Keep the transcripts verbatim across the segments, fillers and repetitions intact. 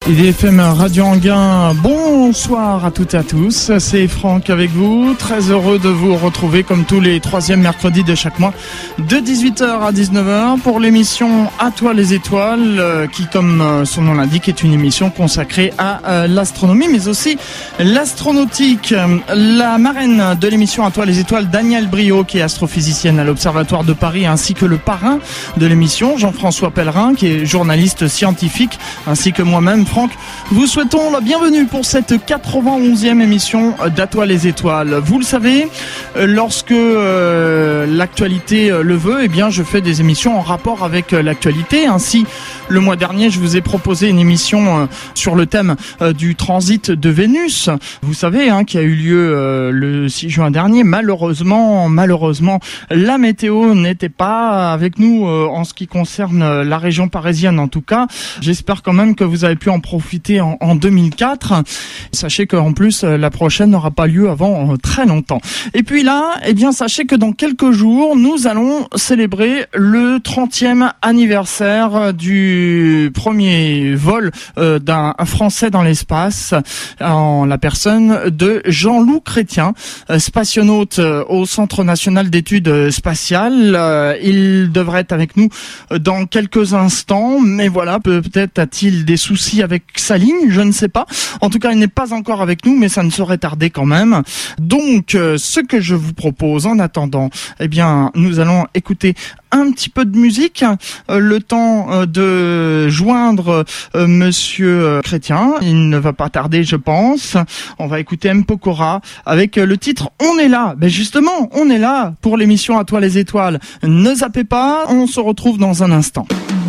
I D F M Radio Anguin, bonsoir à toutes et à tous, c'est Franck avec vous, très heureux de vous retrouver comme tous les troisièmes mercredis de chaque mois de dix-huit heures à dix-neuf heures pour l'émission À toi les étoiles qui, comme son nom l'indique, est une émission consacrée à l'astronomie mais aussi l'astronautique. La marraine de l'émission À toi les étoiles, Danielle Brio, qui est astrophysicienne à l'Observatoire de Paris, ainsi que le parrain de l'émission, Jean-François Pellerin, qui est journaliste scientifique, ainsi que moi-même, Franck, vous souhaitons la bienvenue pour cette quatre-vingt-onzième émission d'À toi les étoiles. Vous le savez, lorsque euh, l'actualité le veut, eh bien, je fais des émissions en rapport avec l'actualité. Ainsi, le mois dernier, je vous ai proposé une émission euh, sur le thème euh, du transit de Vénus. Vous savez, hein, qui a eu lieu euh, le six juin dernier. Malheureusement, malheureusement, la météo n'était pas avec nous euh, en ce qui concerne la région parisienne, en tout cas. J'espère quand même que vous avez pu en profiter en, en deux mille quatre. Sachez qu'en plus, la prochaine n'aura pas lieu avant euh, très longtemps. Et puis là, eh bien, sachez que dans quelques jours, nous allons célébrer le trentième anniversaire du premier vol euh, d'un Français dans l'espace, en la personne de Jean-Loup Chrétien, euh, spationaute euh, au Centre national d'études spatiales. Euh, il devrait être avec nous dans quelques instants, mais voilà, peut-être a-t-il des soucis avec sa ligne, je ne sais pas. En tout cas, il n'est pas encore avec nous, mais ça ne saurait tarder quand même. Donc, euh, ce que je vous propose en attendant, eh bien, nous allons écouter un petit peu de musique, euh, le temps euh, de joindre euh, Monsieur euh, Chrétien. Il ne va pas tarder, je pense. On va écouter M. Pokora avec euh, le titre On est là. Ben justement, on est là pour l'émission À toi les étoiles. Ne zappez pas, on se retrouve dans un instant.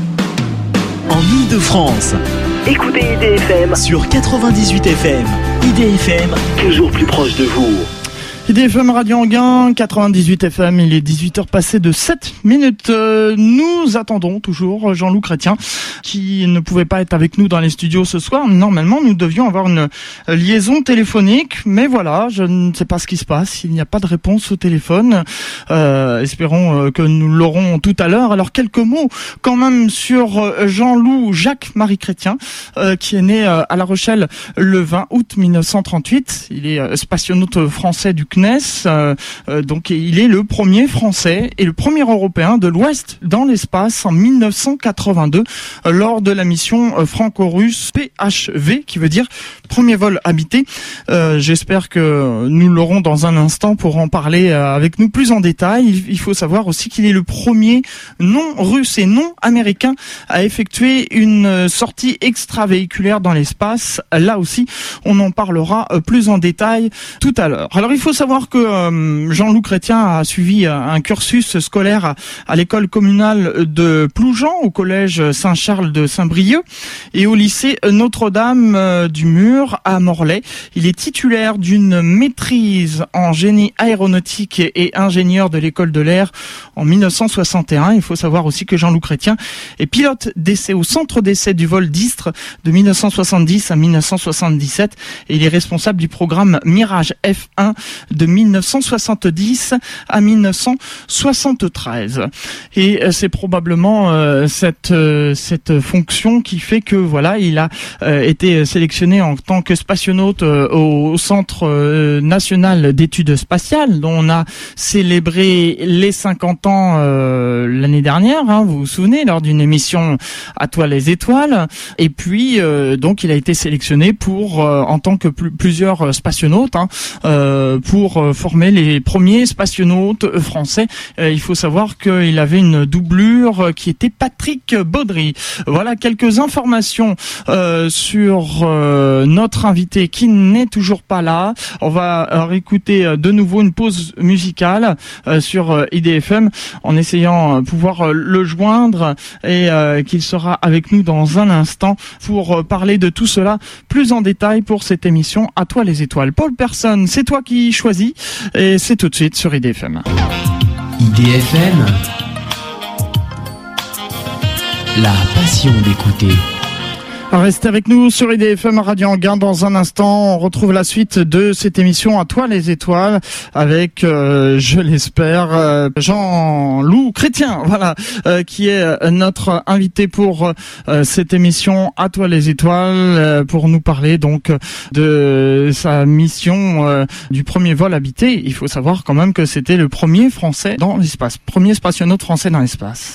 En Ile-de-France, écoutez I D F M sur quatre-vingt-dix-huit F M. I D F M, toujours plus proche de vous. I D F M Radio Anguin, quatre-vingt-dix-huit F M, il est dix-huit heures passées de sept minutes. Euh, nous attendons toujours Jean-Loup Chrétien, qui ne pouvait pas être avec nous dans les studios ce soir. Normalement, nous devions avoir une liaison téléphonique, mais voilà, je ne sais pas ce qui se passe. Il n'y a pas de réponse au téléphone. Euh, espérons que nous l'aurons tout à l'heure. Alors, quelques mots quand même sur Jean-Loup Jacques-Marie Chrétien, euh, qui est né à La Rochelle le vingt août mille neuf cent trente-huit. Il est spationaute français du C N E S, euh, euh, donc il est le premier Français et le premier Européen de l'Ouest dans l'espace en mille neuf cent quatre-vingt-deux euh, lors de la mission euh, franco-russe P H V, qui veut dire premier vol habité. Euh, j'espère que nous l'aurons dans un instant pour en parler euh, avec nous plus en détail. Il, il faut savoir aussi qu'il est le premier non russe et non américain à effectuer une euh, sortie extravéhiculaire dans l'espace. Là aussi, on en parlera euh, plus en détail tout à l'heure. Alors il faut savoir que euh, Jean-Loup Chrétien a suivi euh, un cursus scolaire à, à l'école communale de Ploujean, au collège Saint-Charles de Saint-Brieuc et au lycée Notre-Dame euh, du Mur à Morlaix. Il est titulaire d'une maîtrise en génie aéronautique et, et ingénieur de l'école de l'air en mille neuf cent soixante et un. Il faut savoir aussi que Jean-Loup Chrétien est pilote d'essai au centre d'essai du vol d'Istres de mille neuf cent soixante-dix à mille neuf cent soixante-dix-sept et il est responsable du programme Mirage F un de mille neuf cent soixante-dix à mille neuf cent soixante-treize. Et c'est probablement euh, cette euh, cette fonction qui fait que voilà, il a euh, été sélectionné en tant que spationaute euh, au Centre euh, national d'études spatiales, dont on a célébré les cinquante ans euh, l'année dernière, hein, vous vous souvenez, lors d'une émission À toi les étoiles. Et puis euh, donc il a été sélectionné pour euh, en tant que pl- plusieurs spationautes, hein, euh, pour former les premiers spationautes français. Euh, il faut savoir qu'il avait une doublure qui était Patrick Baudry. Voilà quelques informations euh, sur euh, notre invité qui n'est toujours pas là. On va réécouter de nouveau une pause musicale euh, sur euh, I D F M en essayant de pouvoir euh, le joindre et euh, qu'il sera avec nous dans un instant pour euh, parler de tout cela plus en détail pour cette émission À toi les étoiles. Paul Persson, c'est toi qui choisis et c'est tout de suite sur I D F M. I D F M, la passion d'écouter. Restez avec nous sur I D F M Radio Anguin. Dans un instant, on retrouve la suite de cette émission À toi les étoiles avec, euh, je l'espère, euh, Jean-Loup Chrétien, voilà, euh, qui est notre invité pour euh, cette émission À toi les étoiles, euh, pour nous parler donc de sa mission euh, du premier vol habité. Il faut savoir quand même que c'était le premier Français dans l'espace, premier spationaute français dans l'espace.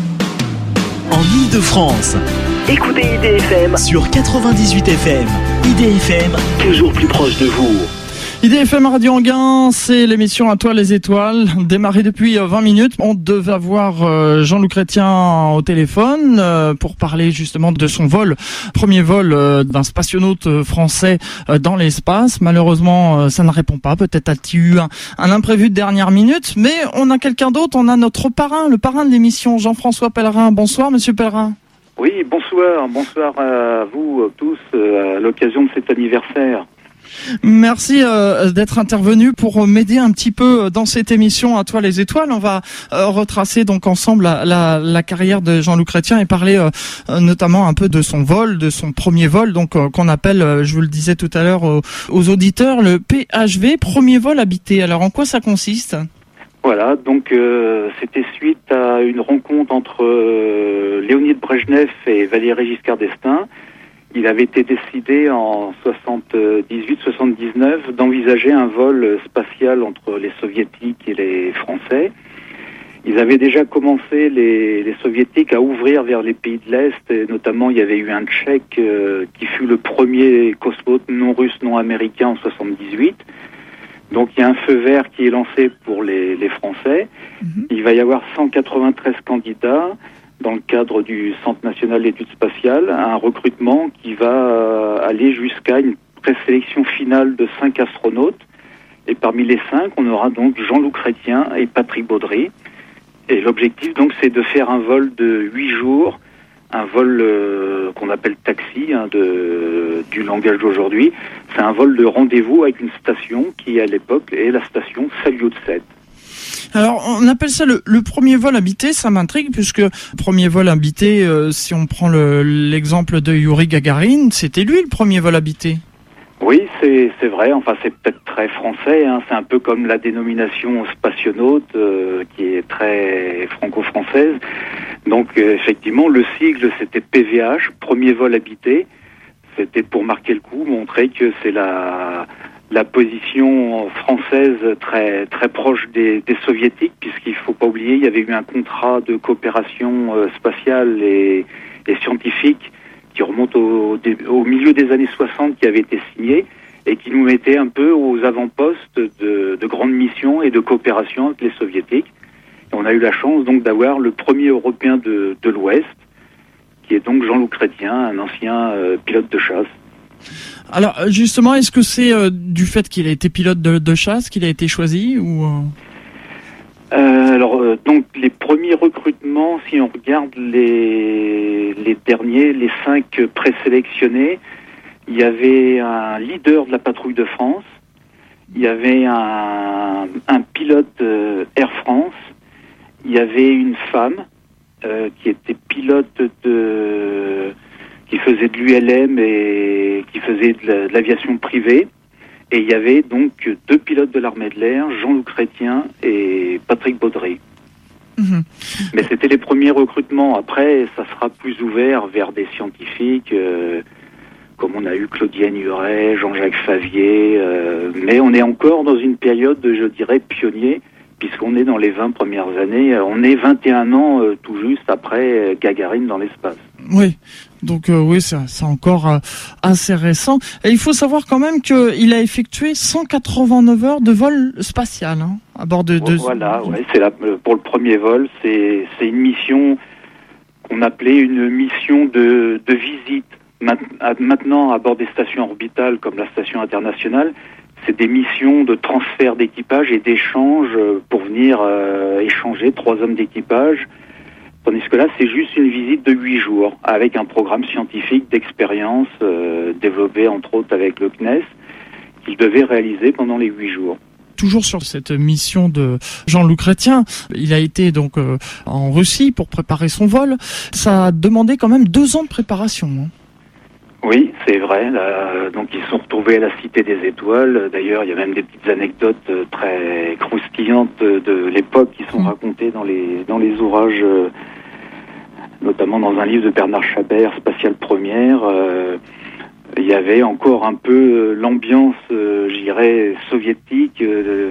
En Île-de-France, écoutez I D F M sur quatre-vingt-dix-huit F M. I D F M, toujours plus proche de vous. I D F M Radio Anguin, c'est l'émission À toi les étoiles, démarrée depuis vingt minutes. On devait avoir Jean-Loup Chrétien au téléphone pour parler justement de son vol, premier vol d'un spationaute français dans l'espace. Malheureusement, ça ne répond pas. Peut-être a-t-il eu un, un imprévu de dernière minute, mais on a quelqu'un d'autre. On a notre parrain, le parrain de l'émission, Jean-François Pellerin. Bonsoir, monsieur Pellerin. Oui, bonsoir, bonsoir à vous tous à l'occasion de cet anniversaire. Merci euh, d'être intervenu pour m'aider un petit peu dans cette émission À toi les étoiles. On va euh, retracer donc ensemble la, la, la carrière de Jean-Loup Chrétien et parler euh, notamment un peu de son vol, de son premier vol, donc euh, qu'on appelle, euh, je vous le disais tout à l'heure aux, aux auditeurs, le P H V, premier vol habité. Alors en quoi ça consiste ? Voilà, donc euh, c'était suite à une rencontre entre euh, Léonid Brejnev et Valéry Giscard d'Estaing. Il avait été décidé en soixante-dix-huit soixante-dix-neuf d'envisager un vol spatial entre les Soviétiques et les Français. Ils avaient déjà commencé, les, les Soviétiques, à ouvrir vers les pays de l'Est, et notamment il y avait eu un Tchèque euh, qui fut le premier cosmonaute non russe, non américain en soixante-dix-huit. Donc il y a un feu vert qui est lancé pour les, les Français. Mmh. Il va y avoir cent quatre-vingt-treize candidats dans le cadre du Centre national d'études spatiales, un recrutement qui va aller jusqu'à une présélection finale de cinq astronautes. Et parmi les cinq, on aura donc Jean-Loup Chrétien et Patrick Baudry. Et l'objectif, donc, c'est de faire un vol de huit jours, un vol euh, qu'on appelle taxi, hein, de, du langage d'aujourd'hui. C'est un vol de rendez-vous avec une station qui, à l'époque, est la station Salyut sept. Alors, on appelle ça le, le premier vol habité, ça m'intrigue, puisque premier vol habité, euh, si on prend le, l'exemple de Youri Gagarin, c'était lui le premier vol habité. Oui, c'est, c'est vrai, enfin c'est peut-être très français, hein. C'est un peu comme la dénomination spationaute, euh, qui est très franco-française. Donc euh, effectivement, le sigle c'était P V H, premier vol habité. C'était pour marquer le coup, montrer que c'est la... la position française très très proche des, des soviétiques, puisqu'il faut pas oublier, il y avait eu un contrat de coopération euh, spatiale et, et scientifique qui remonte au, au milieu des années soixante, qui avait été signé et qui nous mettait un peu aux avant-postes de, de grandes missions et de coopération avec les soviétiques. Et on a eu la chance donc d'avoir le premier Européen de, de l'Ouest, qui est donc Jean-Loup Chrétien, un ancien euh, pilote de chasse. Alors justement, est-ce que c'est euh, du fait qu'il a été pilote de, de chasse qu'il a été choisi ou euh... Euh, alors euh, donc les premiers recrutements, si on regarde les les derniers, les cinq présélectionnés, il y avait un leader de la patrouille de France, il y avait un un pilote euh, Air France, il y avait une femme euh, qui était pilote de qui faisait de l'U L M et qui faisait de, la, de l'aviation privée. Et il y avait donc deux pilotes de l'armée de l'air, Jean-Loup Chrétien et Patrick Baudry. Mmh. Mais c'était les premiers recrutements. Après, ça sera plus ouvert vers des scientifiques, euh, comme on a eu Claudienne Huret, Jean-Jacques Favier. Euh, mais on est encore dans une période, je dirais, pionnier, puisqu'on est dans les vingt premières années. On est vingt et un ans euh, tout juste après Gagarine dans l'espace. Oui, donc euh, oui, c'est, c'est encore euh, assez récent. Et il faut savoir quand même qu'il a effectué cent quatre-vingt-neuf heures de vol spatial hein, à bord de... de... Voilà, ouais, c'est la, pour le premier vol, c'est, c'est une mission qu'on appelait une mission de, de visite. Maintenant, à bord des stations orbitales comme la station internationale, c'est des missions de transfert d'équipage et d'échange pour venir euh, échanger trois hommes d'équipage. Tandis que là, c'est juste une visite de huit jours, avec un programme scientifique d'expérience euh, développé entre autres avec le C N E S, qu'il devait réaliser pendant les huit jours. Toujours sur cette mission de Jean-Loup Chrétien, il a été donc euh, en Russie pour préparer son vol. Ça a demandé quand même deux ans de préparation. Hein. Oui, c'est vrai. Là, donc ils se sont retrouvés à la Cité des Étoiles. D'ailleurs, il y a même des petites anecdotes très croustillantes de l'époque qui sont mmh. racontées dans les dans les ouvrages, euh, notamment dans un livre de Bernard Chabert, Spatiale Première. Euh, il y avait encore un peu l'ambiance, euh, je dirais, soviétique euh,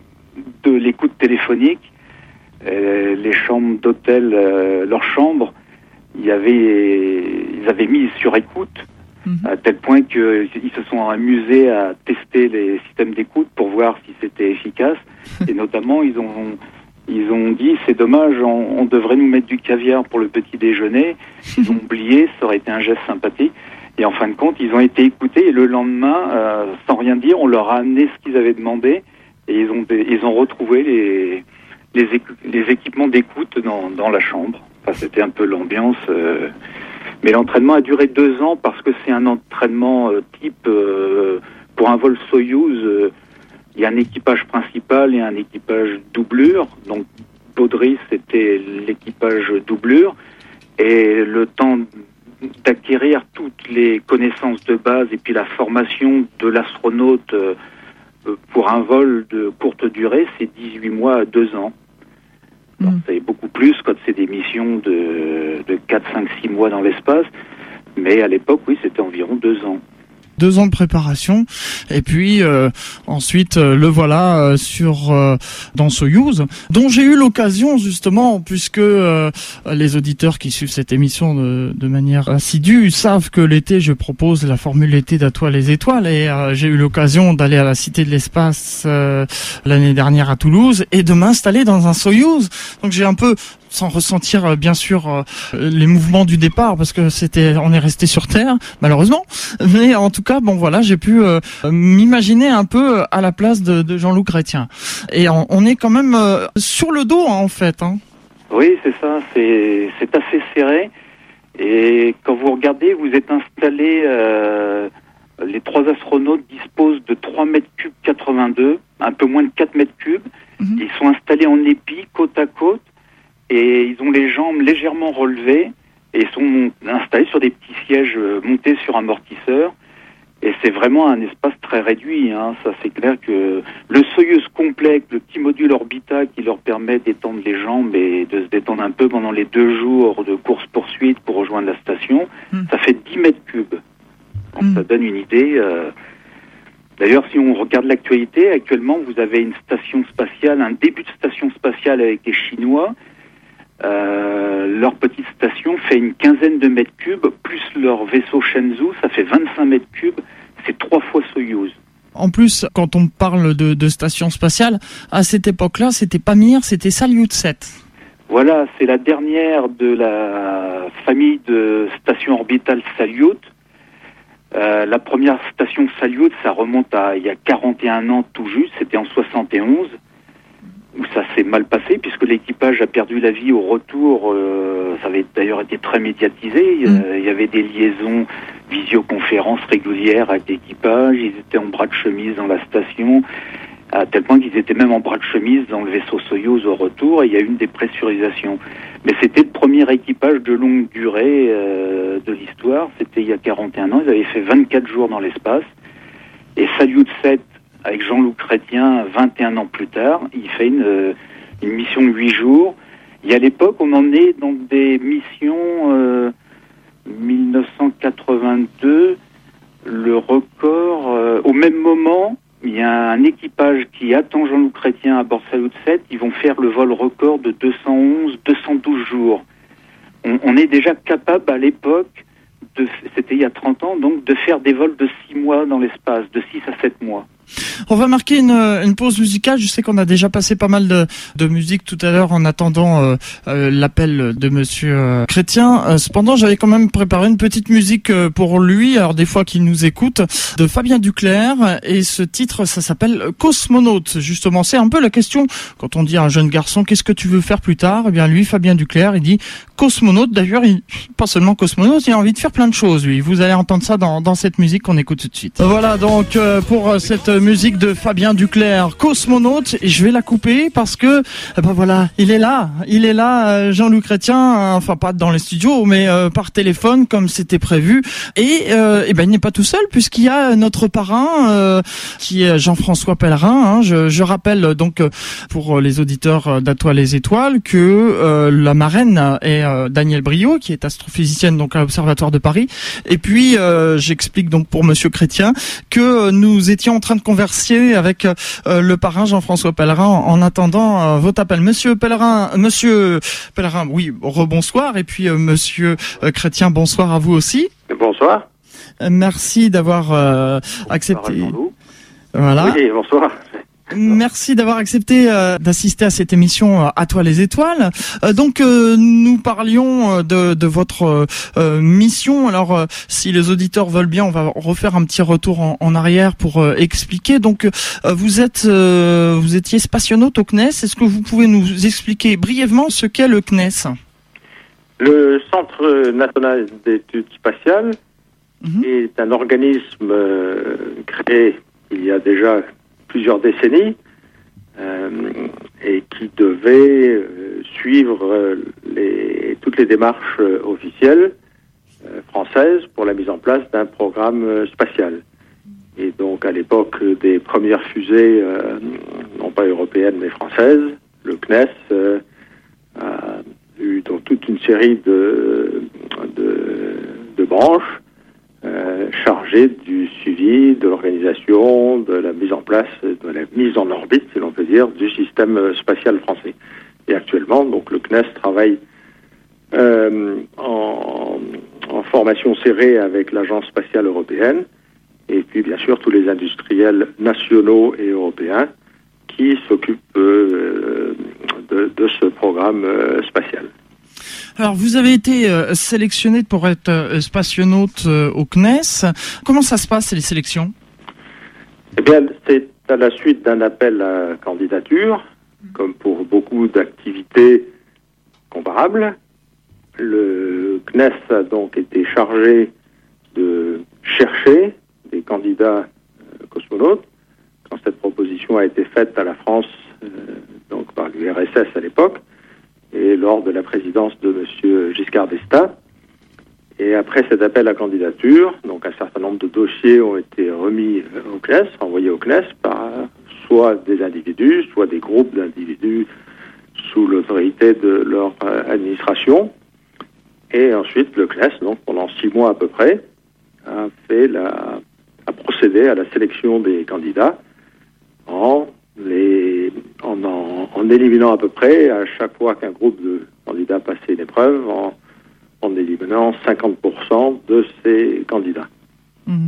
de l'écoute téléphonique. Euh, les chambres d'hôtel, euh, leurs chambres, il y avait, ils avaient mis sur écoute. Mmh. À tel point qu'ils se sont amusés à tester les systèmes d'écoute pour voir si c'était efficace. Et notamment, ils ont, ils ont dit, c'est dommage, on, on devrait nous mettre du caviar pour le petit déjeuner. Ils ont oublié, ça aurait été un geste sympathique. Et en fin de compte, ils ont été écoutés. Et le lendemain, euh, sans rien dire, on leur a amené ce qu'ils avaient demandé. Et ils ont, ils ont retrouvé les, les, écu- les équipements d'écoute dans, dans la chambre. Enfin, c'était un peu l'ambiance... Euh, Mais l'entraînement a duré deux ans parce que c'est un entraînement euh, type euh, pour un vol Soyouz. Euh, il y a un équipage principal et un équipage doublure. Donc Baudry, c'était l'équipage doublure. Et le temps d'acquérir toutes les connaissances de base et puis la formation de l'astronaute euh, pour un vol de courte durée, c'est dix-huit mois à deux ans. Bon, c'est beaucoup plus quand c'est des missions de, de quatre, cinq, six mois dans l'espace. Mais à l'époque, oui, c'était environ deux ans. Deux ans de préparation. Et puis euh, ensuite, euh, le voilà euh, sur euh, dans Soyouz, dont j'ai eu l'occasion justement, puisque euh, les auditeurs qui suivent cette émission de, de manière assidue savent que l'été, je propose la formule été d'à toi les étoiles. Et euh, j'ai eu l'occasion d'aller à la Cité de l'Espace euh, l'année dernière à Toulouse et de m'installer dans un Soyouz. Donc j'ai un peu, sans ressentir euh, bien sûr euh, les mouvements du départ, parce que c'était, on est resté sur Terre malheureusement, mais en tout cas bon voilà, j'ai pu euh, m'imaginer un peu à la place de, de Jean-Loup Chrétien, et on, on est quand même euh, sur le dos hein, en fait hein. Oui, c'est ça, c'est c'est assez serré, et quand vous regardez, vous êtes installé, euh, les trois astronautes disposent de trois mètres cubes quatre-vingt-deux, un peu moins de quatre mètres cubes. Mmh. Ils sont installés en épi côte à côte. Et ils ont les jambes légèrement relevées et sont installés sur des petits sièges montés sur amortisseurs. Et c'est vraiment un espace très réduit, hein. Ça, c'est clair que le Soyouz complet, avec le petit module Orbita qui leur permet d'étendre les jambes et de se détendre un peu pendant les deux jours de course-poursuite pour rejoindre la station, mmh. ça fait dix mètres cubes. Donc mmh. ça donne une idée. Euh... D'ailleurs, si on regarde l'actualité, actuellement, vous avez une station spatiale, un début de station spatiale avec les Chinois. Euh, leur petite station fait une quinzaine de mètres cubes, plus leur vaisseau Shenzhou, ça fait vingt-cinq mètres cubes, c'est trois fois Soyouz. En plus, quand on parle de, de station spatiale, à cette époque-là, c'était pas Mir, c'était Salyut sept. Voilà, c'est la dernière de la famille de stations orbitales Salyut. Euh, la première station Salyut, ça remonte à il y a quarante et un ans tout juste, c'était en soixante et onze. Où ça s'est mal passé puisque l'équipage a perdu la vie au retour. Euh, ça avait d'ailleurs été très médiatisé. Mmh. Euh, il y avait des liaisons, visioconférences régulières avec l'équipage. Ils étaient en bras de chemise dans la station, à tel point qu'ils étaient même en bras de chemise dans le vaisseau Soyouz au retour. Et il y a eu une dépressurisation. Mais c'était le premier équipage de longue durée euh, de l'histoire. C'était il y a quarante et un ans. Ils avaient fait vingt-quatre jours dans l'espace. Et Salyut sept, avec Jean-Loup Chrétien, vingt et un ans plus tard, il fait une, euh, une mission de huit jours. Et à l'époque, on en est dans des missions euh, mille neuf cent quatre-vingt-deux, le record. Euh, au même moment, il y a un équipage qui attend Jean-Loup Chrétien à bord Salyut sept. Ils vont faire le vol record de deux cent onze, deux cent douze jours. On, on est déjà capable à l'époque, de, c'était il y a trente ans, donc de faire des vols de six mois dans l'espace, de six à sept mois. On va marquer une, une pause musicale. Je sais qu'on a déjà passé pas mal de, de musique tout à l'heure en attendant euh, euh, l'appel de Monsieur euh, Chrétien. Euh, cependant, j'avais quand même préparé une petite musique euh, pour lui, alors des fois qu'il nous écoute, de Fabien Duclerc. Et ce titre, ça s'appelle Cosmonaute. Justement, c'est un peu la question quand on dit à un jeune garçon, qu'est-ce que tu veux faire plus tard? Eh bien, lui, Fabien Duclerc, il dit cosmonaute. D'ailleurs, il, pas seulement cosmonaute, il a envie de faire plein de choses, lui. Vous allez entendre ça dans, dans cette musique qu'on écoute tout de suite. Voilà donc euh, pour cette musique de Fabien Duclerc, Cosmonaute, et je vais la couper parce que, eh ben voilà, il est là, il est là, Jean-Loup Chrétien, enfin pas dans les studios, mais euh, par téléphone comme c'était prévu, et, euh, et ben il n'est pas tout seul puisqu'il y a notre parrain euh, qui est Jean-François Pellerin. Hein. Je, je rappelle donc pour les auditeurs d'Atoile les Étoiles que euh, la marraine est euh, Danielle Briot, qui est astrophysicienne donc à l'Observatoire de Paris, et puis euh, j'explique donc pour Monsieur Chrétien que nous étions en train de converser avec euh, le parrain Jean-François Pellerin en, en attendant euh, votre appel. Monsieur Pellerin, Monsieur Pellerin, oui, rebonsoir, et puis euh, Monsieur euh, Chrétien, bonsoir à vous aussi. Bonsoir. Euh, merci d'avoir euh, accepté. Voilà. Oui, bonsoir. Merci d'avoir accepté euh, d'assister à cette émission euh, À toi les étoiles. Euh, donc euh, nous parlions euh, de, de votre euh, mission. Alors euh, si les auditeurs veulent bien, on va refaire un petit retour en, en arrière pour euh, expliquer. Donc euh, vous êtes euh, vous étiez spationaute au C N E S. Est-ce que vous pouvez nous expliquer brièvement ce qu'est le C N E S ? Le Centre national d'études spatiales mmh. est un organisme euh, créé il y a déjà plusieurs décennies euh, et qui devait euh, suivre euh, les, toutes les démarches euh, officielles euh, françaises pour la mise en place d'un programme euh, spatial. Et donc à l'époque des premières fusées, euh, non pas européennes mais françaises, le C N E S euh, a eu donc toute une série de, de, de branches Euh, chargé du suivi, de l'organisation, de la mise en place, de la mise en orbite, si l'on peut dire, du système spatial français. Et actuellement, donc le C N E S travaille euh, en, en formation serrée avec l'Agence spatiale européenne, et puis bien sûr tous les industriels nationaux et européens qui s'occupent euh, de, de ce programme euh, spatial. Alors, vous avez été euh, sélectionné pour être euh, spationaute euh, au C N E S. Comment ça se passe, les sélections ? Eh bien, c'est à la suite d'un appel à candidature, comme pour beaucoup d'activités comparables. Le C N E S a donc été chargé de chercher des candidats euh, cosmonautes. Quand cette proposition a été faite à la France, euh, donc par l'U R S S à l'époque, et lors de la présidence de M. Giscard d'Estaing. Et après cet appel à candidature, donc un certain nombre de dossiers ont été remis au C N E S, envoyés au C N E S par soit des individus, soit des groupes d'individus sous l'autorité de leur administration. Et ensuite, le C N E S, donc pendant six mois à peu près, a fait la, a procédé à la sélection des candidats en les En, en, en éliminant à peu près, à chaque fois qu'un groupe de candidats passait l'épreuve, en, en éliminant cinquante pour cent de ces candidats. Mmh.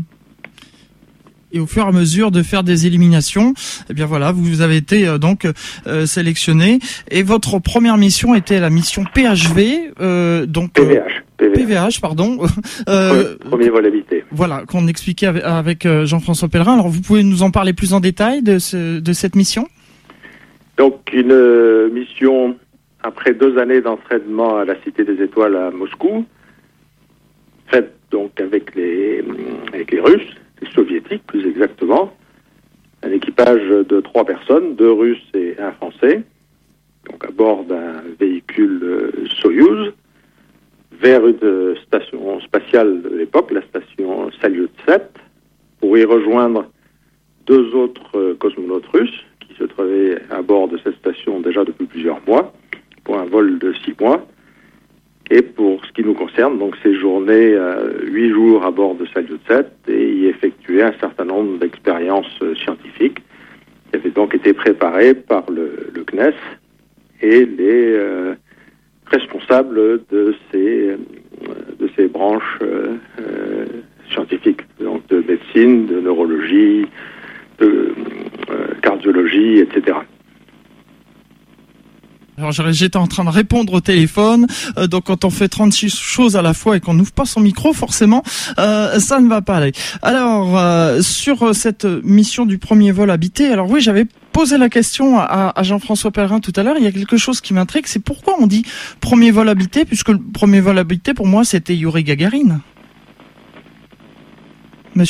Et au fur et à mesure de faire des éliminations, eh bien voilà, vous avez été euh, donc euh, sélectionné. Et votre première mission était la mission P H V, euh, donc P V H. P V H. P V H, pardon. Euh, Premier vol habité. Voilà, qu'on expliquait avec, avec Jean-François Pellerin. Alors, vous pouvez nous en parler plus en détail de, ce, de cette mission ? Donc, une euh, mission, après deux années d'entraînement à la Cité des Étoiles à Moscou, faite donc avec les, avec les Russes, les Soviétiques plus exactement, un équipage de trois personnes, deux Russes et un Français, donc à bord d'un véhicule euh, Soyouz, vers une station spatiale de l'époque, la station Salyut sept, pour y rejoindre deux autres euh, cosmonautes russes qui se trouvaient à bord de cette station déjà depuis plusieurs mois, pour un vol de six mois. Et pour ce qui nous concerne, donc séjourner euh, huit jours à bord de Salyut sept et y effectuer un certain nombre d'expériences euh, scientifiques qui avaient donc été préparées par le, le C N E S et les euh, responsables de ces, euh, de ces branches euh, euh, scientifiques, donc de médecine, de neurologie, de euh, cardiologie, et cetera. Alors j'étais en train de répondre au téléphone, euh, donc quand on fait trente-six choses à la fois et qu'on n'ouvre pas son micro, forcément, euh, ça ne va pas aller. Alors, euh, sur cette mission du premier vol habité, alors oui, j'avais posé la question à, à Jean-François Pellerin tout à l'heure, il y a quelque chose qui m'intrigue, c'est pourquoi on dit premier vol habité, puisque le premier vol habité, pour moi, c'était Youri Gagarin. Monsieur Chrétien ?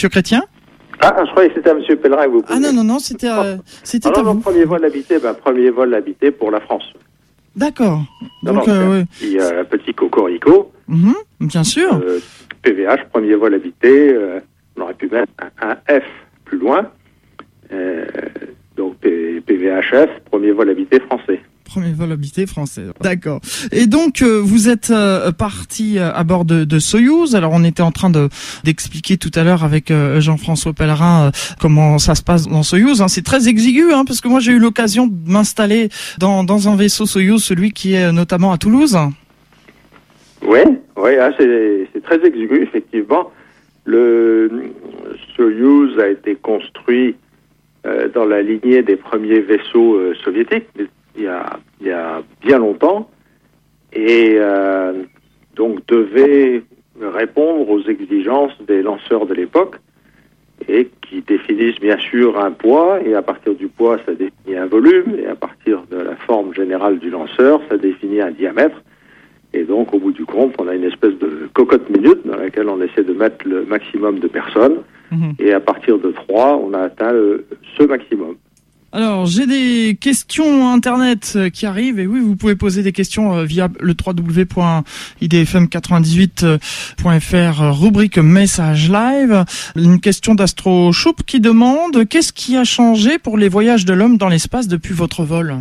Ah, je croyais que c'était à M. Pellerin que vous Ah non, non, non, c'était à, c'était ah, à non, vous. Non, premier vol habité, ben, premier vol habité pour la France. D'accord. Non, Donc, non, euh, oui. petit, euh, petit cocorico. Mmh, bien sûr. Euh, P V H, premier vol habité. Euh, on aurait pu mettre un, un F plus loin. Euh, donc P V H F, premier vol habité français. Premier vol habité français. D'accord. Et donc euh, vous êtes euh, parti euh, à bord de, de Soyouz. Alors on était en train de d'expliquer tout à l'heure avec euh, Jean-François Pellerin euh, comment ça se passe dans Soyouz. Hein. C'est très exigu, hein, parce que moi j'ai eu l'occasion de m'installer dans dans un vaisseau Soyouz, celui qui est notamment à Toulouse. Oui, oui, ah, c'est c'est très exigu effectivement. Le Soyouz a été construit euh, dans la lignée des premiers vaisseaux euh, soviétiques. Il y, a, il y a bien longtemps, et euh, donc devait répondre aux exigences des lanceurs de l'époque, et qui définissent bien sûr un poids, et à partir du poids ça définit un volume, et à partir de la forme générale du lanceur ça définit un diamètre, et donc au bout du compte on a une espèce de cocotte minute dans laquelle on essaie de mettre le maximum de personnes, mmh. et à partir de trois on a atteint le, ce maximum. Alors, j'ai des questions internet qui arrivent, et oui, vous pouvez poser des questions via le w w w point i d f m quatre-vingt-dix-huit point f r, rubrique message live. Une question d'Astro Choup qui demande: qu'est-ce qui a changé pour les voyages de l'homme dans l'espace depuis votre vol?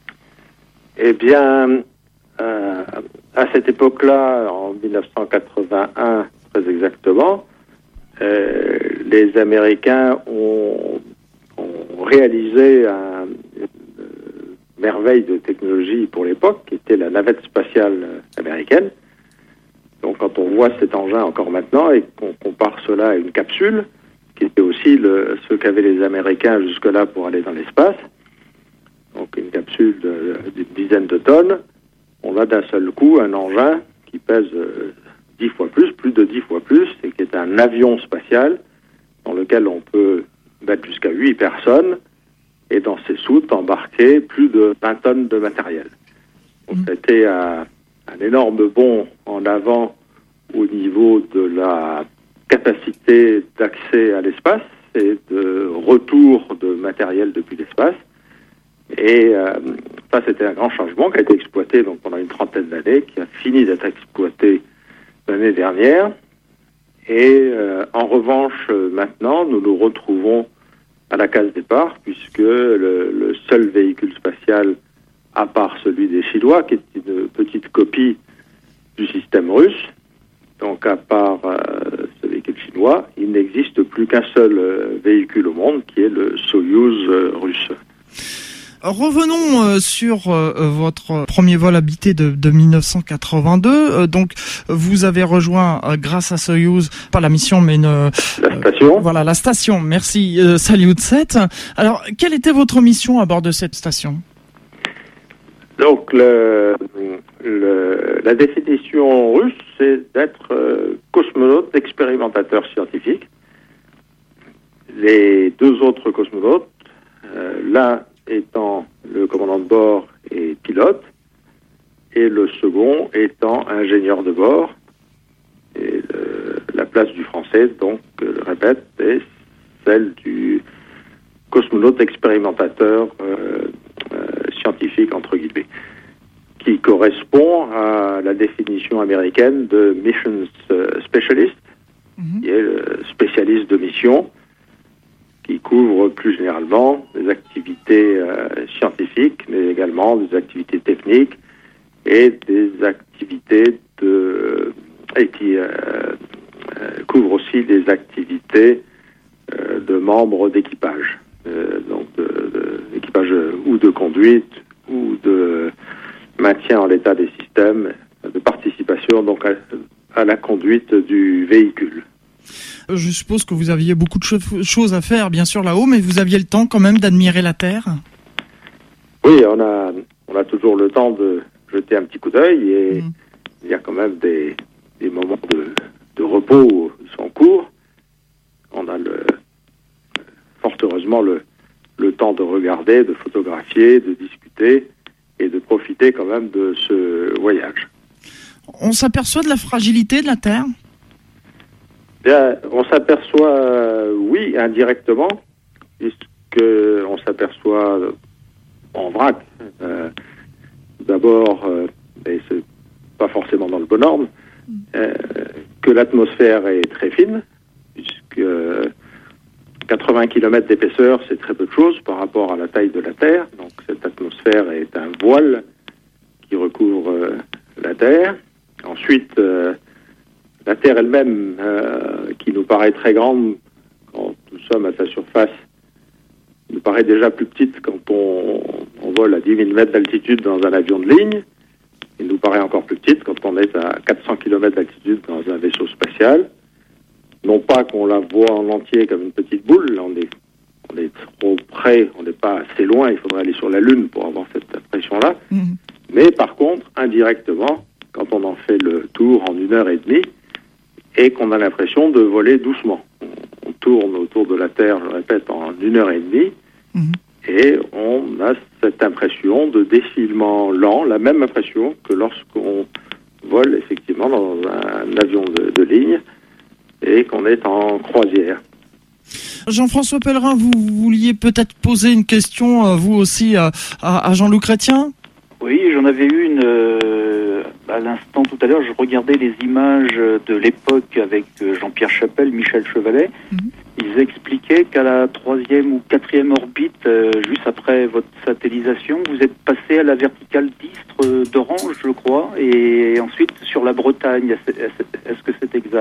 Eh bien, euh, à cette époque-là, en dix-neuf cent quatre-vingt-un, très exactement, euh, les Américains ont réalisé un, une merveille de technologie pour l'époque, qui était la navette spatiale américaine. Donc quand on voit cet engin encore maintenant et qu'on compare cela à une capsule, qui était aussi le, ce qu'avaient les Américains jusque-là pour aller dans l'espace, donc une capsule de, d'une dizaine de tonnes, on a d'un seul coup un engin qui pèse dix fois plus, plus de dix fois plus, et qui est un avion spatial dans lequel on peut mettre jusqu'à huit personnes, et dans ces soutes embarquer plus de vingt tonnes de matériel. Donc, mmh. ça a été un, un énorme bond en avant au niveau de la capacité d'accès à l'espace et de retour de matériel depuis l'espace. Et euh, ça, c'était un grand changement qui a été exploité donc, pendant une trentaine d'années, qui a fini d'être exploité l'année dernière. Et euh, en revanche, euh, maintenant, nous nous retrouvons à la case départ, puisque le, le seul véhicule spatial, à part celui des Chinois, qui est une petite copie du système russe, donc à part euh, ce véhicule chinois, il n'existe plus qu'un seul euh, véhicule au monde, qui est le Soyouz euh, russe. Revenons euh, sur euh, votre premier vol habité de, de dix-neuf cent quatre-vingt-deux. Euh, donc, vous avez rejoint, euh, grâce à Soyouz, pas la mission, mais une, euh, la station. Euh, voilà, la station. Merci, euh, Salyut sept. Alors, quelle était votre mission à bord de cette station? Donc, le, le, la définition russe, c'est d'être euh, cosmonaute, expérimentateur scientifique. Les deux autres cosmonautes, euh, l'un étant le commandant de bord et pilote, et le second étant ingénieur de bord. Et le, la place du français, donc, je le répète, est celle du cosmonaute expérimentateur euh, euh, scientifique, entre guillemets, qui correspond à la définition américaine de Missions Specialist, mmh. qui est le spécialiste de mission, qui couvre plus généralement des activités euh, scientifiques, mais également des activités techniques et des activités de... et qui euh, euh, couvre aussi des activités euh, de membres d'équipage, euh, donc de, de, d'équipage ou de conduite ou de maintien en l'état des systèmes, de participation donc à, à la conduite du véhicule. Je suppose que vous aviez beaucoup de cho- choses à faire, bien sûr, là-haut, mais vous aviez le temps quand même d'admirer la Terre? Oui, on a, on a toujours le temps de jeter un petit coup d'œil, et mmh. il y a quand même des, des moments de, de repos qui sont courts. On a le, fort heureusement le, le temps de regarder, de photographier, de discuter et de profiter quand même de ce voyage. On s'aperçoit de la fragilité de la Terre? Bien, on s'aperçoit, euh, oui, oui, indirectement, puisqu'on s'aperçoit en vrac, euh, d'abord, euh, et c'est pas forcément dans le bon ordre, euh, que l'atmosphère est très fine, puisque quatre-vingts kilomètres d'épaisseur, c'est très peu de choses par rapport à la taille de la Terre. Donc cette atmosphère est un voile qui recouvre euh, la Terre. Ensuite, euh, la Terre elle-même, euh, qui nous paraît très grande quand nous sommes à sa surface, nous paraît déjà plus petite quand on, on vole à dix mille mètres d'altitude dans un avion de ligne. Il nous paraît encore plus petite quand on est à quatre cents kilomètres d'altitude dans un vaisseau spatial. Non pas qu'on la voit en entier comme une petite boule, on est, on est trop près, on n'est pas assez loin, il faudrait aller sur la Lune pour avoir cette impression-là. Mmh. Mais par contre, indirectement, quand on en fait le tour en une heure et demie, et qu'on a l'impression de voler doucement. On, on tourne autour de la Terre, je répète, en une heure et demie, mmh. et on a cette impression de défilement lent, la même impression que lorsqu'on vole effectivement dans un avion de, de ligne, et qu'on est en croisière. Jean-François Pellerin, vous vouliez peut-être poser une question, vous aussi, à, à Jean-Loup Chrétien ? Oui, j'en avais eu une euh, à l'instant tout à l'heure. Je regardais les images de l'époque avec Jean-Pierre Chapelle, Michel Chevalet. Mm-hmm. Ils expliquaient qu'à la troisième ou quatrième orbite, euh, juste après votre satellisation, vous êtes passé à la verticale d'Istres d'Orange, je crois, et ensuite sur la Bretagne. Est-ce que c'est exact ?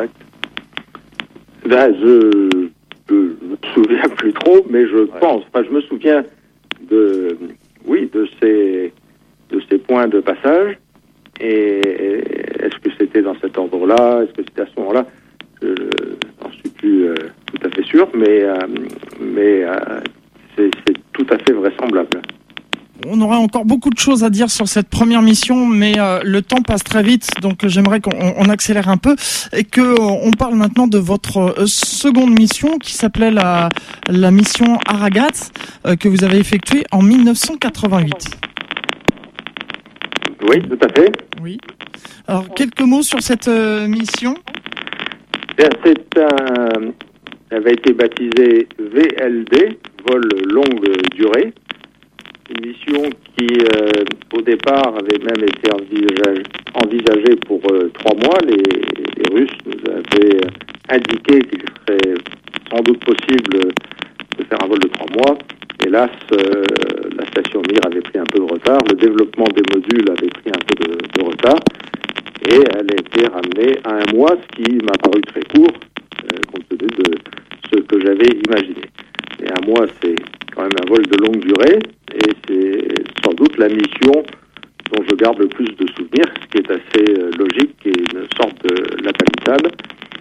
Ben, je ne me souviens plus trop, mais je ouais. pense, enfin, je me souviens de, oui, de ces, de ces points de passage. Et est-ce que c'était dans cet ordre-là ? Est-ce que c'était à ce moment-là ? Je n'en suis plus euh, tout à fait sûr, mais, euh, mais euh, c'est, c'est tout à fait vraisemblable. On aurait encore beaucoup de choses à dire sur cette première mission, mais euh, le temps passe très vite, donc j'aimerais qu'on on accélère un peu et que on parle maintenant de votre euh, seconde mission qui s'appelait la, la mission Aragat, euh, que vous avez effectuée en dix-neuf cent quatre-vingt-huit. Oui, tout à fait. Oui. Alors, quelques mots sur cette euh, mission. Bien, c'est un... Elle avait été baptisée V L D, vol longue durée. Une mission qui, euh, au départ, avait même été envisagée, envisagée pour euh, trois mois. Les, les Russes nous avaient indiqué qu'il serait sans doute possible de faire un vol de trois mois. Hélas, euh, la station Mir avait pris un peu de retard. Le développement des modules avait pris un peu de, de retard. Et elle a été ramenée à un mois, ce qui m'a paru très court, euh, compte tenu de ce que j'avais imaginé. Et un mois, c'est quand même un vol de longue durée. Et c'est sans doute la mission dont je garde le plus de souvenirs, ce qui est assez euh, logique et une sorte de lapalissade.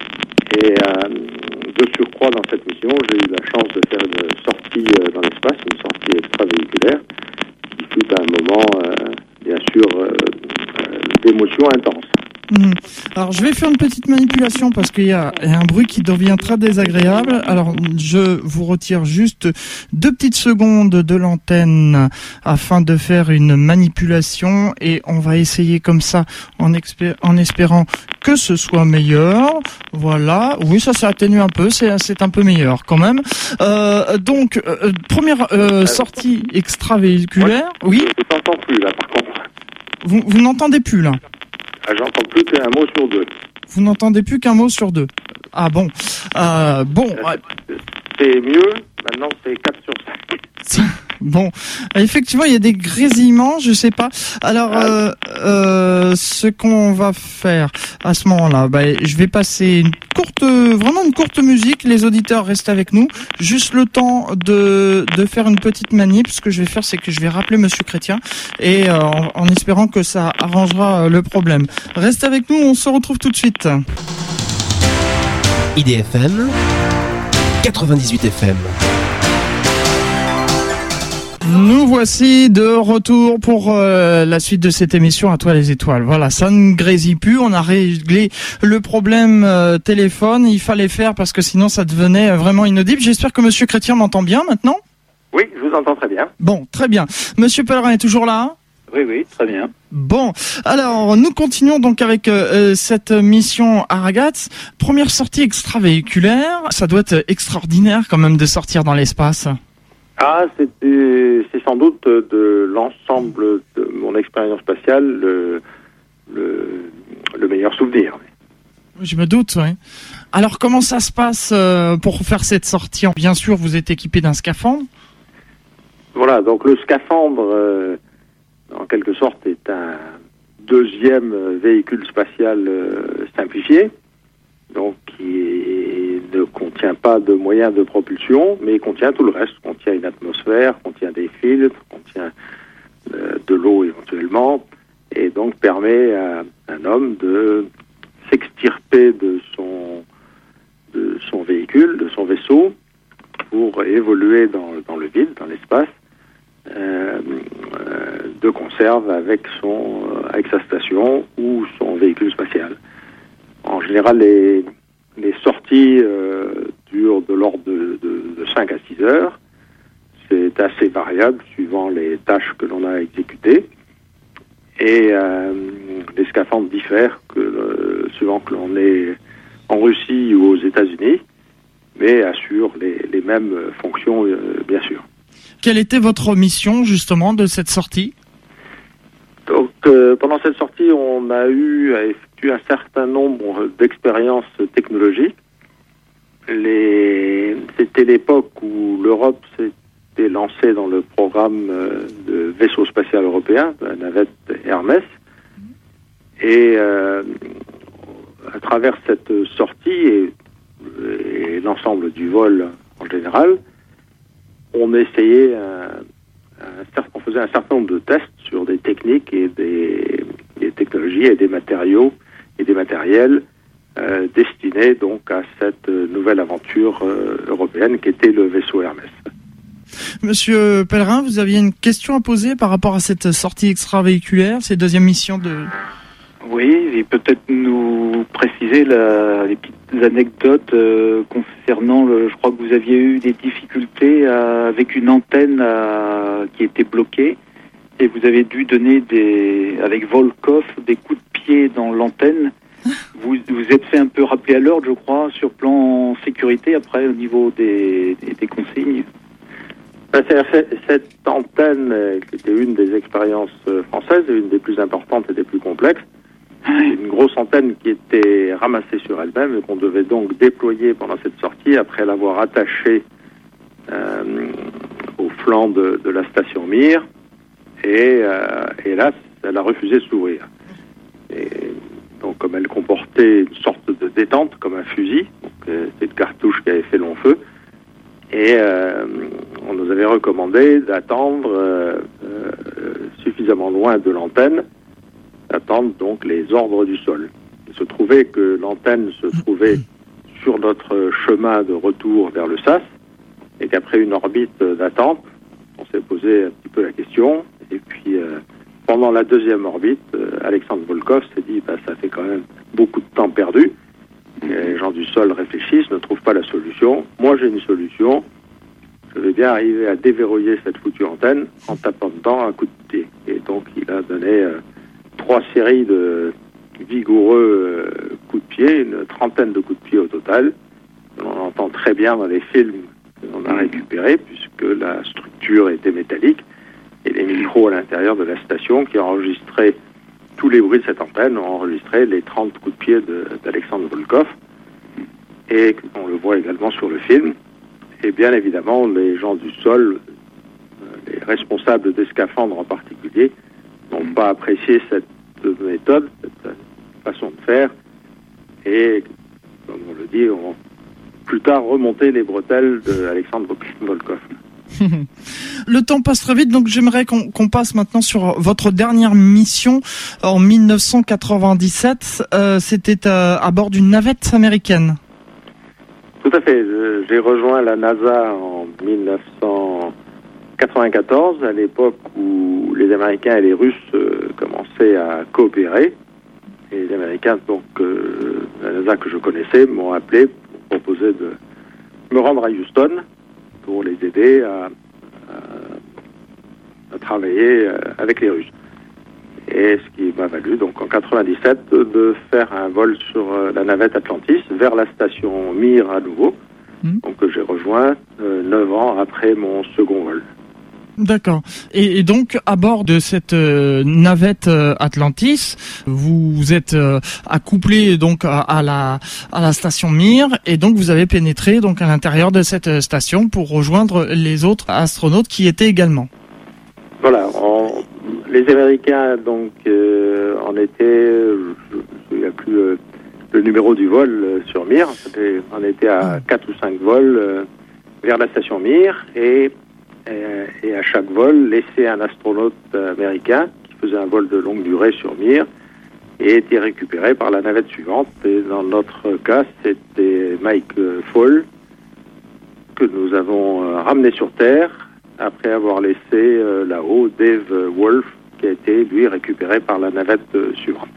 Et euh, de surcroît, dans cette mission, j'ai eu la chance de faire une sortie euh, dans l'espace, une sortie extravéhiculaire, qui fut à un moment, euh, bien sûr, euh, euh, d'émotion intense. Mmh. Alors je vais faire une petite manipulation parce qu'il y a un bruit qui devient très désagréable. Alors je vous retire juste deux petites secondes de l'antenne afin de faire une manipulation et on va essayer comme ça en, expé- en espérant que ce soit meilleur. Voilà, oui, ça s'est atténué un peu, c'est, c'est un peu meilleur quand même. Euh, donc euh, première euh, sortie extravéhiculaire. Moi, oui. Je ne t'entends plus là par contre. Vous, vous n'entendez plus là. Ah, j'entends plus qu'un mot sur deux. Vous n'entendez plus qu'un mot sur deux. Ah bon. Euh, bon. C'est mieux. Maintenant, c'est quatre sur cinq. Bon. Effectivement, il y a des grésillements, je sais pas. Alors, euh, euh, ce qu'on va faire à ce moment-là, bah, je vais passer une courte, vraiment une courte musique. Les auditeurs restent avec nous. Juste le temps de, de faire une petite manip. Ce que je vais faire, c'est que je vais rappeler Monsieur Chrétien et euh, en, en espérant que ça arrangera le problème. Reste avec nous, on se retrouve tout de suite. I D F M, quatre-vingt-dix-huit F M. Nous voici de retour pour euh, la suite de cette émission À toi les étoiles. Voilà, ça ne grésille plus, on a réglé le problème euh, téléphone, il fallait faire parce que sinon ça devenait vraiment inaudible. J'espère que Monsieur Chrétien m'entend bien maintenant. Oui, je vous entends très bien. Bon, très bien. Monsieur Pellerin est toujours là ? Oui, oui, très bien. Bon, alors nous continuons donc avec euh, cette mission Aragats. Première sortie extravéhiculaire, ça doit être extraordinaire quand même de sortir dans l'espace. Ah, c'était, c'est sans doute de l'ensemble de mon expérience spatiale le, le, le meilleur souvenir. Je me doute, oui. Alors comment ça se passe euh, pour faire cette sortie? Bien sûr, vous êtes équipé d'un scaphandre. Voilà, donc le scaphandre, euh, en quelque sorte, est un deuxième véhicule spatial euh, simplifié, donc qui ne contient pas de moyens de propulsion, mais contient tout le reste, contient une atmosphère, contient des filtres, contient euh, de l'eau éventuellement, et donc permet à un homme de s'extirper de son, de son véhicule, de son vaisseau, pour évoluer dans, dans le vide, dans l'espace, Euh, euh, de conserve avec son euh, avec sa station ou son véhicule spatial. En général, les, les sorties euh, durent de l'ordre de, de, de cinq à six heures. C'est assez variable suivant les tâches que l'on a exécutées. Et euh, les scaphandres diffèrent que, euh, suivant que l'on est en Russie ou aux États-Unis, mais assurent les, les mêmes fonctions, euh, bien sûr. Quelle était votre mission justement de cette sortie? Donc, euh, pendant cette sortie, on a eu à effectuer un certain nombre d'expériences technologiques. Les... C'était l'époque où l'Europe s'était lancée dans le programme de vaisseau spatial européen, de la navette Hermès. Et euh, à travers cette sortie et, et l'ensemble du vol en général, on essayait, un, un, on faisait un certain nombre de tests sur des techniques et des, des technologies et des matériaux et des matériels euh, destinés donc à cette nouvelle aventure euh, européenne qui était le vaisseau Hermès. Monsieur Pellerin, vous aviez une question à poser par rapport à cette sortie extravéhiculaire, cette deuxième mission de... Oui, et peut-être nous préciser la, les petites anecdotes euh, concernant le. Je crois que vous aviez eu des difficultés à, avec une antenne à, qui était bloquée, et vous avez dû donner des, avec Volkov, des coups de pied dans l'antenne. Vous vous êtes fait un peu rappeler à l'ordre, je crois, sur plan sécurité après au niveau des, des, des consignes. Cette antenne, qui était une des expériences françaises, une des plus importantes et des plus complexes, une grosse antenne qui était ramassée sur elle-même et qu'on devait donc déployer pendant cette sortie après l'avoir attachée euh, au flanc de, de la station Mir. Et, euh, et là, elle a refusé de s'ouvrir. Et donc, comme elle comportait une sorte de détente, comme un fusil, donc euh, c'était une cartouche qui avait fait long feu, et euh, on nous avait recommandé d'attendre euh, euh, suffisamment loin de l'antenne, d'attendre donc les ordres du sol. Il se trouvait que l'antenne se trouvait sur notre chemin de retour vers le S A S, et qu'après une orbite d'attente, on s'est posé un petit peu la question, et puis euh, pendant la deuxième orbite, euh, Alexandre Volkov s'est dit bah, ça fait quand même beaucoup de temps perdu. Et les gens du sol réfléchissent, ne trouvent pas la solution. Moi, j'ai une solution. Je vais bien arriver à déverrouiller cette foutue antenne en tapant dedans un coup de pied. Et donc, il a donné euh, trois séries de vigoureux euh, coups de pied, une trentaine de coups de pied au total. On entend très bien dans les films que l'on a récupérés, puisque la structure était métallique. Et les micros à l'intérieur de la station qui enregistraient tous les bruits de cette antenne ont enregistré les trente coups de pied de, d'Alexandre Volkov. Et on le voit également sur le film. Et bien évidemment, les gens du sol, les responsables des scaphandres en particulier, n'ont pas apprécié cette méthode, cette façon de faire. Et, comme on le dit, ont plus tard remonté les bretelles d'Alexandre Volkov. Le temps passe très vite, donc j'aimerais qu'on, qu'on passe maintenant sur votre dernière mission en mille neuf cent quatre-vingt-dix-sept. Euh, c'était à, à bord d'une navette américaine. Tout à fait. Je, j'ai rejoint la NASA en mille neuf cent quatre-vingt-quatorze, à l'époque où les Américains et les Russes euh, commençaient à coopérer. Et les Américains, donc euh, la NASA que je connaissais, m'ont appelé pour proposer de me rendre à Houston pour les aider à, à, à travailler avec les Russes. Et ce qui m'a valu, donc en quatre-vingt-dix-sept, de faire un vol sur la navette Atlantis vers la station Mir à nouveau, mmh. donc que j'ai rejoint euh, neuf ans après mon second vol. D'accord. Et, et donc, à bord de cette euh, navette euh, Atlantis, vous, vous êtes euh, accouplé donc à, à la à la station Mir, et donc vous avez pénétré donc à l'intérieur de cette station pour rejoindre les autres astronautes qui étaient également. Voilà. On, les Américains donc euh, en étaient, il n'y a plus euh, le numéro du vol euh, sur Mir. On était à quatre ou cinq vols euh, vers la station Mir et et à chaque vol, laisser un astronaute américain qui faisait un vol de longue durée sur Mir et était récupéré par la navette suivante. Et dans notre cas, c'était Mike Fall que nous avons ramené sur Terre après avoir laissé là-haut Dave Wolf qui a été, lui, récupéré par la navette suivante.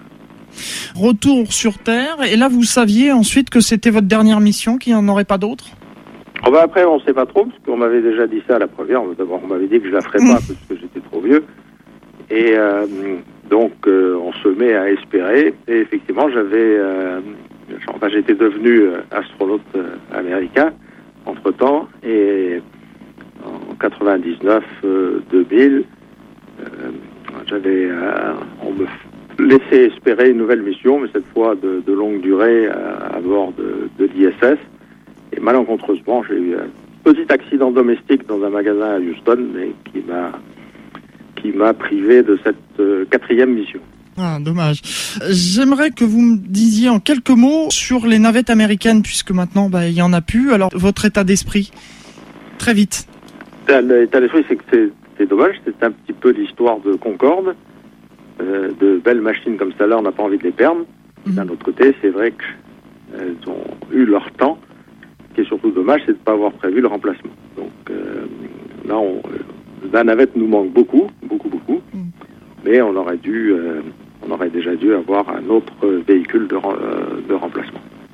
Retour sur Terre, et là vous saviez ensuite que c'était votre dernière mission, qu'il n'y en aurait pas d'autres ? Oh ben après, on ne sait pas trop, parce qu'on m'avait déjà dit ça à la première. D'abord, on m'avait dit que je la ferais pas, parce que j'étais trop vieux. Et euh, donc, euh, on se met à espérer. Et effectivement, j'avais... Euh, enfin, j'étais devenu astronaute américain, entre-temps. Et en quatre-vingt-dix-neuf deux mille, euh, j'avais... Euh, on me laissait espérer une nouvelle mission, mais cette fois de, de longue durée, à, à bord de, de l'I S S. Et malencontreusement, j'ai eu un petit accident domestique dans un magasin à Houston, mais qui m'a qui m'a privé de cette euh, quatrième mission. Ah, dommage. J'aimerais que vous me disiez en quelques mots sur les navettes américaines, puisque maintenant, bah, il y en a plus. Alors, votre état d'esprit, très vite. L'état d'esprit, c'est que c'est, c'est dommage. C'est un petit peu l'histoire de Concorde. Euh, de belles machines comme celle-là, on n'a pas envie de les perdre. Mmh. D'un autre côté, c'est vrai qu'elles ont eu leur temps. Ce qui est surtout dommage, c'est de ne pas avoir prévu le remplacement. Donc euh, là, on, la navette nous manque beaucoup, beaucoup, beaucoup. Mm. Mais on aurait dû, euh, on aurait déjà dû avoir un autre véhicule de, euh, de remplacement.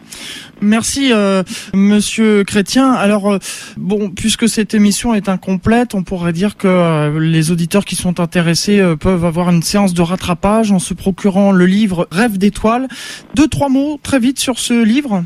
Merci, euh, Monsieur Chrétien. Alors, euh, bon, puisque cette émission est incomplète, on pourrait dire que euh, les auditeurs qui sont intéressés euh, peuvent avoir une séance de rattrapage en se procurant le livre Rêve d'étoiles. Deux, trois mots très vite sur ce livre.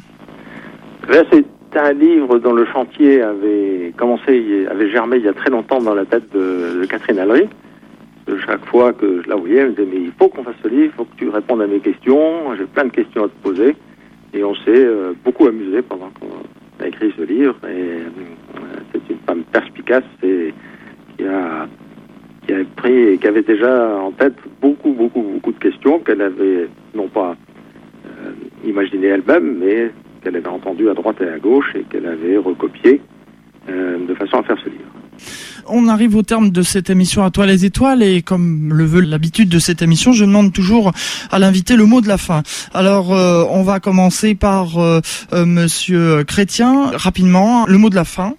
Là, c'est C'est un livre dont le chantier avait commencé, avait germé il y a très longtemps dans la tête de, de Catherine Allery. Chaque fois que je la voyais, elle me disait « mais il faut qu'on fasse ce livre, il faut que tu répondes à mes questions, j'ai plein de questions à te poser ». Et on s'est euh, beaucoup amusé pendant qu'on a écrit ce livre. Et euh, c'est une femme perspicace et qui a, qui a pris et qui avait déjà en tête beaucoup, beaucoup, beaucoup de questions qu'elle avait non pas euh, imaginées elle-même, mais qu'elle avait entendu à droite et à gauche et qu'elle avait recopié euh, de façon à faire ce livre. On arrive au terme de cette émission À toi les étoiles, et comme le veut l'habitude de cette émission, je demande toujours à l'invité le mot de la fin. Alors euh, on va commencer par euh, euh, Monsieur Chrétien, rapidement, le mot de la fin.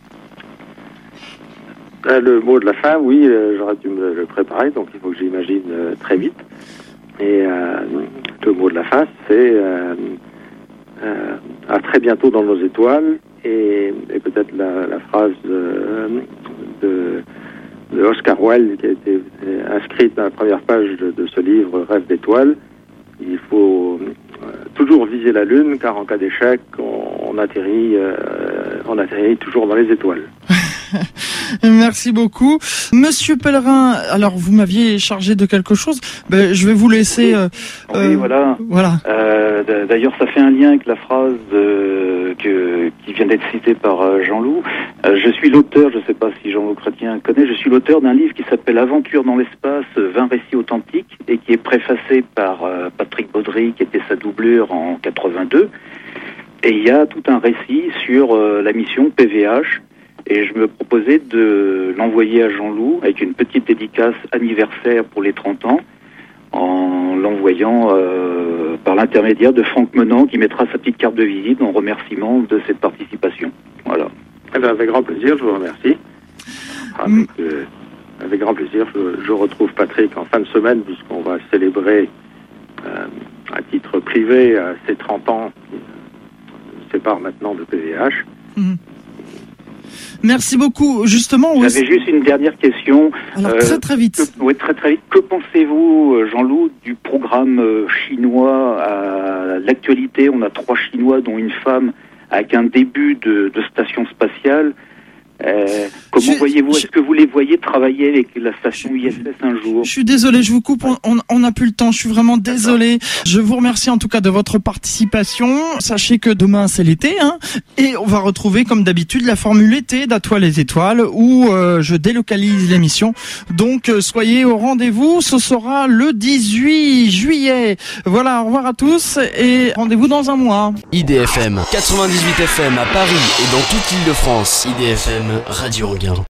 Euh, le mot de la fin, oui, euh, j'aurais dû me le préparer, donc il faut que j'imagine euh, très vite. Et euh, le mot de la fin, c'est euh, Euh, à très bientôt dans nos étoiles, et, et peut-être la, la phrase euh, de, de Oscar Wilde qui a été inscrite dans la première page de, de ce livre Rêve d'étoiles. Il faut euh, toujours viser la Lune, car en cas d'échec, on, on atterrit, euh, on atterrit toujours dans les étoiles. Merci beaucoup. Monsieur Pellerin, alors vous m'aviez chargé de quelque chose. Ben, je vais vous laisser... Euh, oui, euh, voilà. voilà. Euh, d'ailleurs, ça fait un lien avec la phrase euh, que, qui vient d'être citée par euh, Jean-Loup. Euh, je suis l'auteur, je ne sais pas si Jean-Loup Chrétien connaît, je suis l'auteur d'un livre qui s'appelle Aventure dans l'espace, vingt récits authentiques, et qui est préfacé par euh, Patrick Baudry, qui était sa doublure en quatre-vingt-deux. Et il y a tout un récit sur euh, la mission P V H. Et je me proposais de l'envoyer à Jean-Loup avec une petite dédicace anniversaire pour les trente ans, en l'envoyant euh, par l'intermédiaire de Franck Menant, qui mettra sa petite carte de visite en remerciement de cette participation. Voilà. Eh bien, avec grand plaisir, je vous remercie. Avec, euh, avec grand plaisir, je, je retrouve Patrick en fin de semaine, puisqu'on va célébrer euh, à titre privé euh, ses trente ans qui euh, nous séparent maintenant de P V H. Mmh. Merci beaucoup. Justement, J'avais aussi... juste une dernière question. Alors, euh, très très vite. Que, ouais, très très vite. Que pensez-vous, Jean-Loup, du programme euh, chinois à l'actualité? On a trois Chinois, dont une femme, avec un début de, de station spatiale. Euh, comment je, voyez-vous, est-ce je, que vous les voyez travailler avec la station I S S un jour? Je suis désolé, je vous coupe, on n'a plus le temps, je suis vraiment désolé. Je vous remercie en tout cas de votre participation. Sachez que demain c'est l'été, hein, et on va retrouver comme d'habitude la formule été d'À toi les étoiles, où euh, je délocalise l'émission. Donc euh, soyez au rendez-vous, ce sera le dix-huit juillet. Voilà, au revoir à tous et rendez-vous dans un mois. I D F M, quatre-vingt-dix-huit F M à Paris et dans toute l'Île-de-France. I D F M Radio Anguin.